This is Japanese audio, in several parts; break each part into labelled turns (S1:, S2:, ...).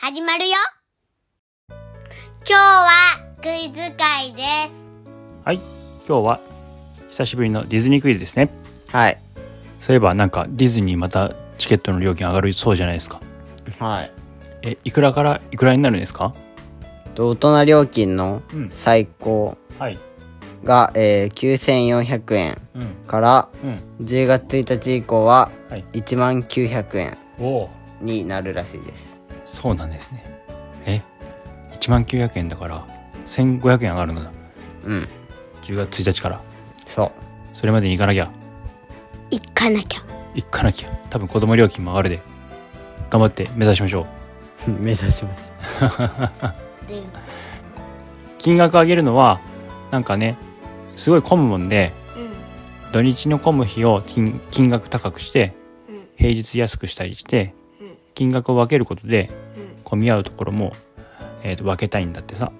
S1: 始まるよ。今日はクイズ会です。
S2: はい、今日は久しぶりのディズニークイズですね。
S3: はい。
S2: そういえばなんかディズニーまたチケットの料金上がるそうじゃないですか。
S3: はい。
S2: いくらからいくらになるんですか？
S3: 大人料金の最高
S2: はい。
S3: が、9400円から、10月1日以降は10900円になるらしいです。
S2: そうなんですね。10900円だから1500円上がるのだ。10月1日から。
S3: そう。
S2: それまでに行かなきゃ。
S1: 行かなきゃ。
S2: 多分子供料金も上がるで。頑張って目指しましょう。
S3: 目指しましょう。
S2: 金額上げるのはなんかね、すごい混むもんで、土日の混む日を金額高くして、平日安くしたりして、金額を分けることで、混み合うところも、分けたいんだってさ。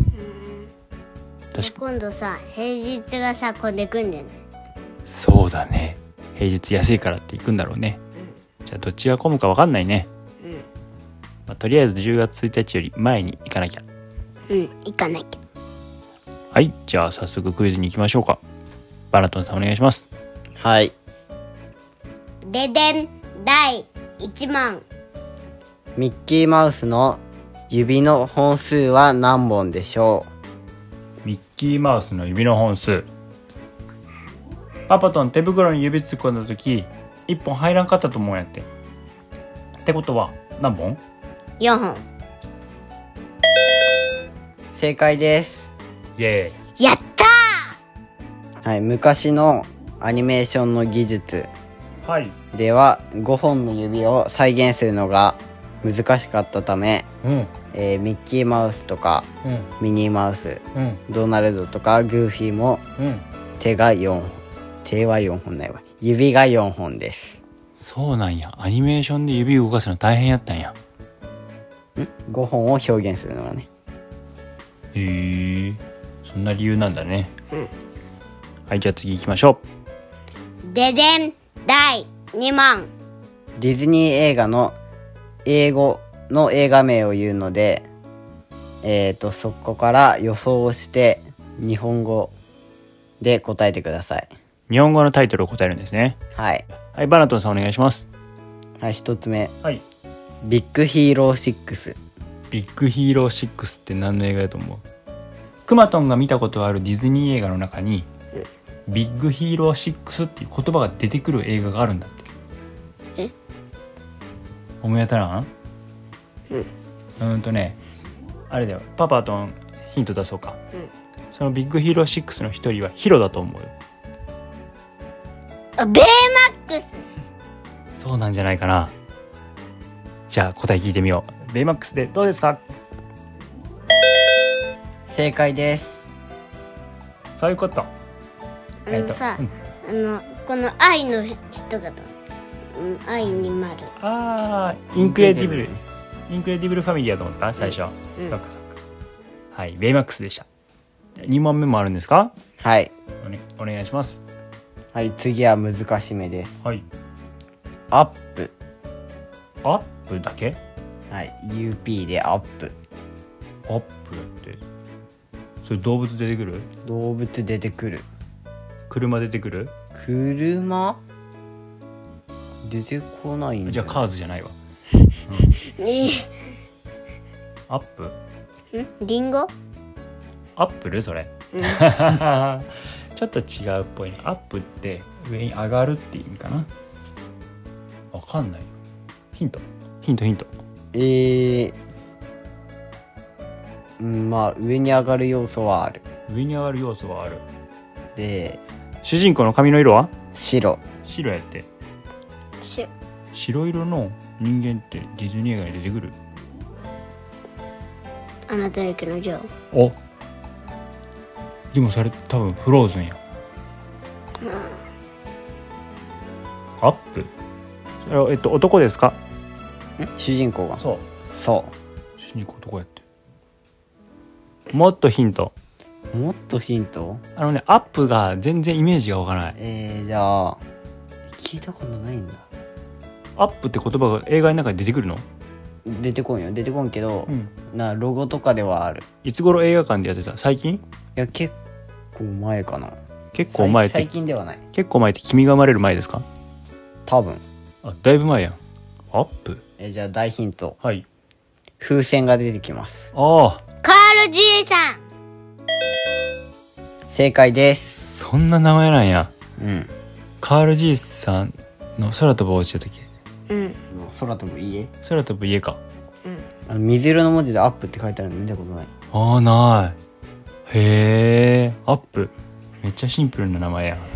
S1: 今度さ、平日がさ混んでくんでね。
S2: そうだね。平日安いからって行くんだろうね。じゃあどっちが混むか分かんないね。とりあえず10月1日より前に行かなきゃ。
S1: 行かなきゃ。
S2: はい、じゃあ早速クイズに行きましょうか。バナトンさんお願いします。
S3: はい。
S1: ででん、第1問。
S3: ミッキーマウスの指の本数は何本でしょ
S2: う？ミッキーマウスの指の本数。パパトン手袋に指突っ込んだ時1本入らんかったと思うんやって。ってことは何本
S1: ？4本。
S3: 正解です。
S2: イエ
S1: ーイ。やった
S3: ー。はい、昔のアニメーションの技術では5本の指を再現するのが難しかったため、ミッキーマウスとか、ミニーマウス、ドナルドとかグーフィーも、手は4本ないわ。指が4本です。
S2: そうなんや。アニメーションで指動かすの大変やったんや。
S3: 5本を表現するのがね。
S2: そんな理由なんだね。はい、じゃあ次行きましょ
S1: う。ででん、第2問。
S3: ディズニー映画の英語の映画名を言うので、そこから予想をして日本語で答えてください。
S2: 日本語のタイトルを答えるんですね。
S3: はい。
S2: はい、バナトンさんお願いします。
S3: はい、1つ目。
S2: はい。
S3: ビッグヒーロー6。
S2: ビッグヒーロー6って何の映画だと思う？くまとんが見たことあるディズニー映画の中に、ビッグヒーロー6っていう言葉が出てくる映画があるんだって。思い当たらん？あれだよ。パパとヒント出そうか。そのビッグヒーロー6の一人はヒロだと思うよ。
S1: ベイマックス。
S2: そうなんじゃないかな。じゃあ答え聞いてみよう。ベイマックスでどうですか？
S3: 正解です。
S2: そういうこと。
S1: この愛の人が愛に丸。
S2: インクレディブルファミリーだと思った最初。そっかそっか。はい、ベイマックスでした。2問目もあるんですか？
S3: はい。
S2: お願いします。
S3: はい、次は難しめです。
S2: はい。
S3: アップ
S2: だけ？
S3: はい、UP でアップ。
S2: アップってそれ動物出てくる？
S3: 動物出てくる。
S2: 車出てくる？
S3: 車出てこないんだ。
S2: じゃあカーズじゃないわ。アップ？
S1: リンゴ？
S2: アップルそれ？ちょっと違うっぽいな。アップって上に上がるって意味かな。わかんない。ヒント。
S3: まあ上に上がる要素はある。で、
S2: 主人公の髪の色は？
S3: 白
S2: やって。白色の人間ってディズニー映画に出てくる？
S1: あなたの雪の女王。
S2: お、でもそれ多分フローズンや。アップ？それ男ですか？
S3: 主人公が。
S2: そう
S3: 主
S2: 人公男やって。もっとヒント。
S3: ア
S2: ップが全然イメージがわからない。
S3: じゃあ聞いたことないんだ。
S2: アップって言葉が映画の中に出てくるの？
S3: 出てこんよ。出てこんけど、ロゴとかではある。
S2: いつ頃映画館でやってた？最近？い
S3: や、結構前かな。
S2: 結構前って
S3: 最近ではない。
S2: 結構前って君が生まれる前ですか？
S3: 多分。
S2: だいぶ前やん。アップ？
S3: じゃあ大ヒント。
S2: はい。
S3: 風船が出てきます。
S1: カールじいさん。
S3: 正解です。
S2: そんな名前なんや。カールじいさんの空飛ぶお家だったっけ？
S3: 空飛ぶ家？
S2: 空飛ぶ家か。
S3: 水色の文字でアップって書いてあるの見たことない。
S2: ない。へえ、アップ。めっちゃシンプルな名前や。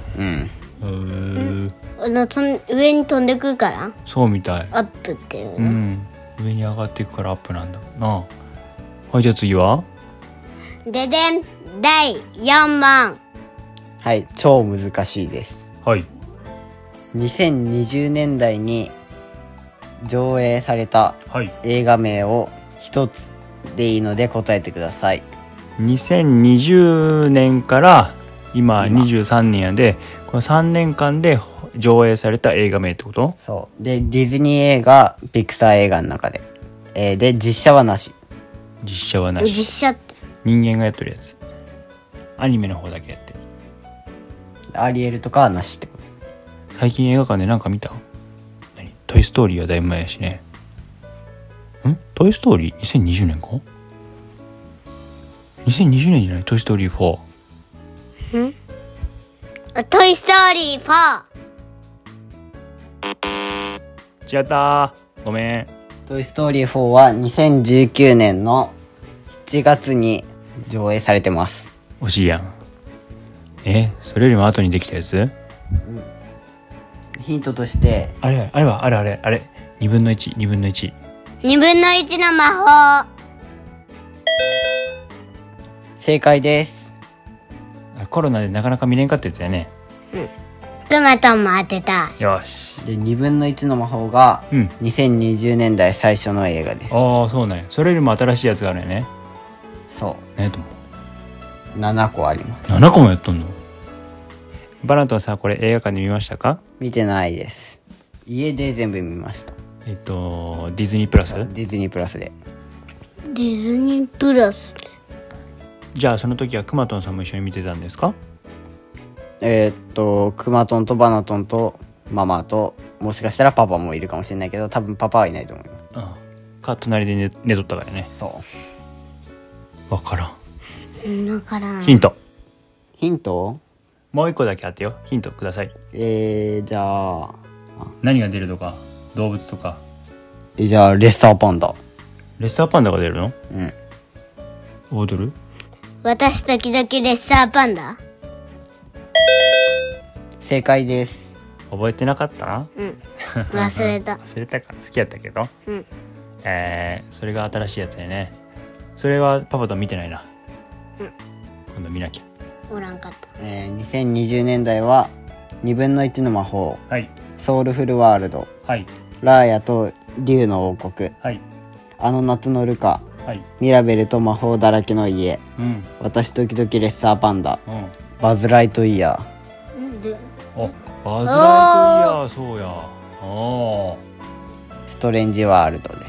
S1: 上に飛んでくるから。
S2: そうみたい。
S1: アップっていうの。
S2: 上に上がっていくからアップなんだな。はい、じゃあ次は？
S1: ででん、第4問。
S3: はい、超難しいです。
S2: はい。
S3: 2020年代に上映された映画名を一つでいいので答えてください。
S2: 2020年から今23年やで、この3年間で上映された映画名ってこと？
S3: そうで、ディズニー映画、ピクサー映画の中で、で実写はなし。
S2: 実写はなし。
S1: 実写って
S2: 人間がやってるやつ。アニメの方だけやってる。
S3: アリエルとかはなしってこと。
S2: 最近映画館で何か見た？トイストーリーはだいぶ前やしね。トイストーリー2020年か？ 2020 年じゃない？トイストーリー4。
S1: トイストーリー4。
S2: 違った。ごめん。
S3: トイストーリー4は2019年の7月に上映されてます。
S2: 惜しいやん。それよりも後にできたやつ？
S3: ヒントとして
S2: あれ2分の1。
S1: 2分の1の魔法。
S3: 正解です。
S2: コロナでなかなか見れんかったやつやね。
S1: トマトも当てた。
S2: よし。
S3: で2分の1の魔法が2020年代最初の映画です。
S2: そうなんや。それよりも新しいやつがあるよね。
S3: そう。
S2: 何とも
S3: 7個あります。
S2: 7個もやっとんの？バナトはさ、これ映画館で見ましたか？
S3: 見てないです。家で全部見ました。
S2: ディズニープラス？
S3: ディズニープラスで。
S1: ディズニープラスで。
S2: じゃあその時はくまとんさんも一緒に見てたんですか？
S3: くまとんとバナトンとママと、もしかしたらパパもいるかもしれないけど、多分パパはいないと思います。
S2: 隣で寝とったからね。
S3: そう。
S2: わからん。
S1: わからん。
S2: ヒント
S3: も
S2: う一個だけあってよ。ヒントください。
S3: じゃあ
S2: 何が出るとか、動物とか。
S3: じゃあレッサーパンダ。
S2: レッサーパンダが出るの？踊る？
S1: 私時々レッサーパンダ。
S3: 正解です。
S2: 覚えてなかったな。
S1: 忘れた。
S2: 忘れたから好きやったけど。それが新しいやつやね。それはパパと見てないな。今度見なきゃ。
S1: おらんかった。
S3: 2020年代は2分の1の魔法、ソウルフルワールド、ラーヤと竜の王国、あの夏のルカ、ミラベルと魔法だらけの家、私時々レッサーパンダ、バズ・ライトイヤー。
S2: バズ・ライトイヤー、そうや。
S3: ストレンジワールドです。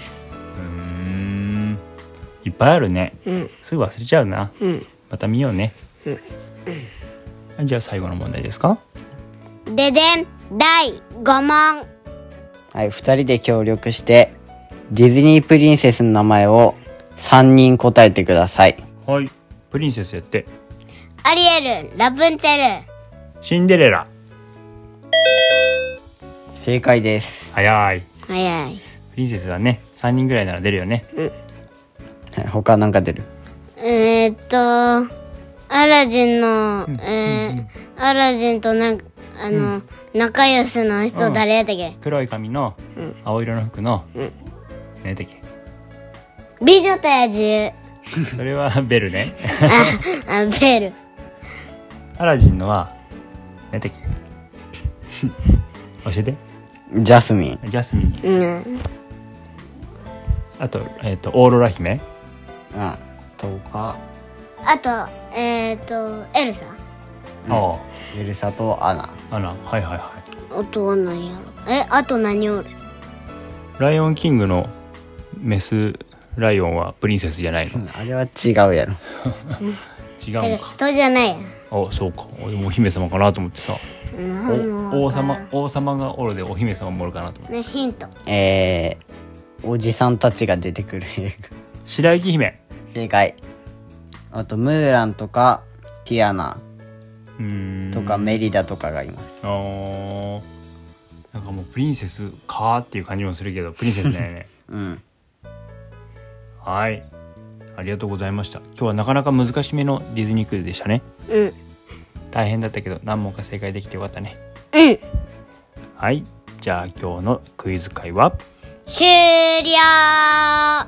S2: いっぱいあるね。すぐ忘れちゃうな。また見ようね。じゃあ最後の問題ですか？
S1: ででん、第5問。
S3: はい、2人で協力してディズニープリンセスの名前を3人答えてください。
S2: はい。プリンセスやって。
S1: アリエル、ラプンツェル、
S2: シンデレラ。
S3: 正解です。
S2: 早い。
S1: プ
S2: リンセスはね、3人ぐらいなら出るよね。
S3: はい、他なんか出る？
S1: アラジンの、アラジンと仲良しの人誰やったっけ？
S2: 黒い髪の、青色の服の、何やったっけ？
S1: 美女と野獣。
S2: それはベルね。
S1: ベル。
S2: アラジンのは何やったっけ？教えて。
S3: ジャスミン。
S2: あとオーロラ姫。
S3: とか。
S1: あとエルサ。
S3: エルサとアナ。
S2: はい。
S1: あとは何やろ？あと何おる？
S2: ライオンキングのメスライオンはプリンセスじゃないの？
S3: あれは違うやろ。
S2: 違うのか。
S1: 人じゃないや。
S2: あ、そうか。俺もお姫様かなと思ってさ。王様がおるでお姫様もおるかなと思って。
S1: ね、ヒント。
S3: おじさんたちが出てくる映画。
S2: 白雪姫。
S3: 正解。あとムーランとかティアナとかメリダとかがいます。
S2: なんかもうプリンセスかーっていう感じもするけど、プリンセスだよね。
S3: うん。
S2: はい、ありがとうございました。今日はなかなか難しめのディズニークイズでしたね。
S1: うん。
S2: 大変だったけど何問か正解できてよかったね。
S1: うん。
S2: はい、じゃあ今日のクイズ会は
S1: 終了。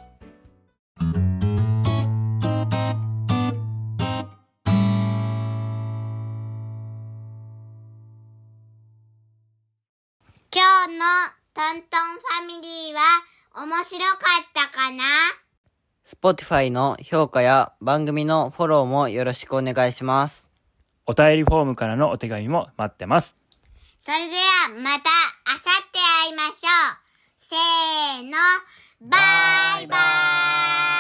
S1: 今日のトントンファミリーは面白かったかな？
S3: Spotify の評価や番組のフォローもよろしくお願いします。
S2: お便りフォームからのお手紙も待ってます。
S1: それではまたあさって会いましょう。せーの、バイバーイ。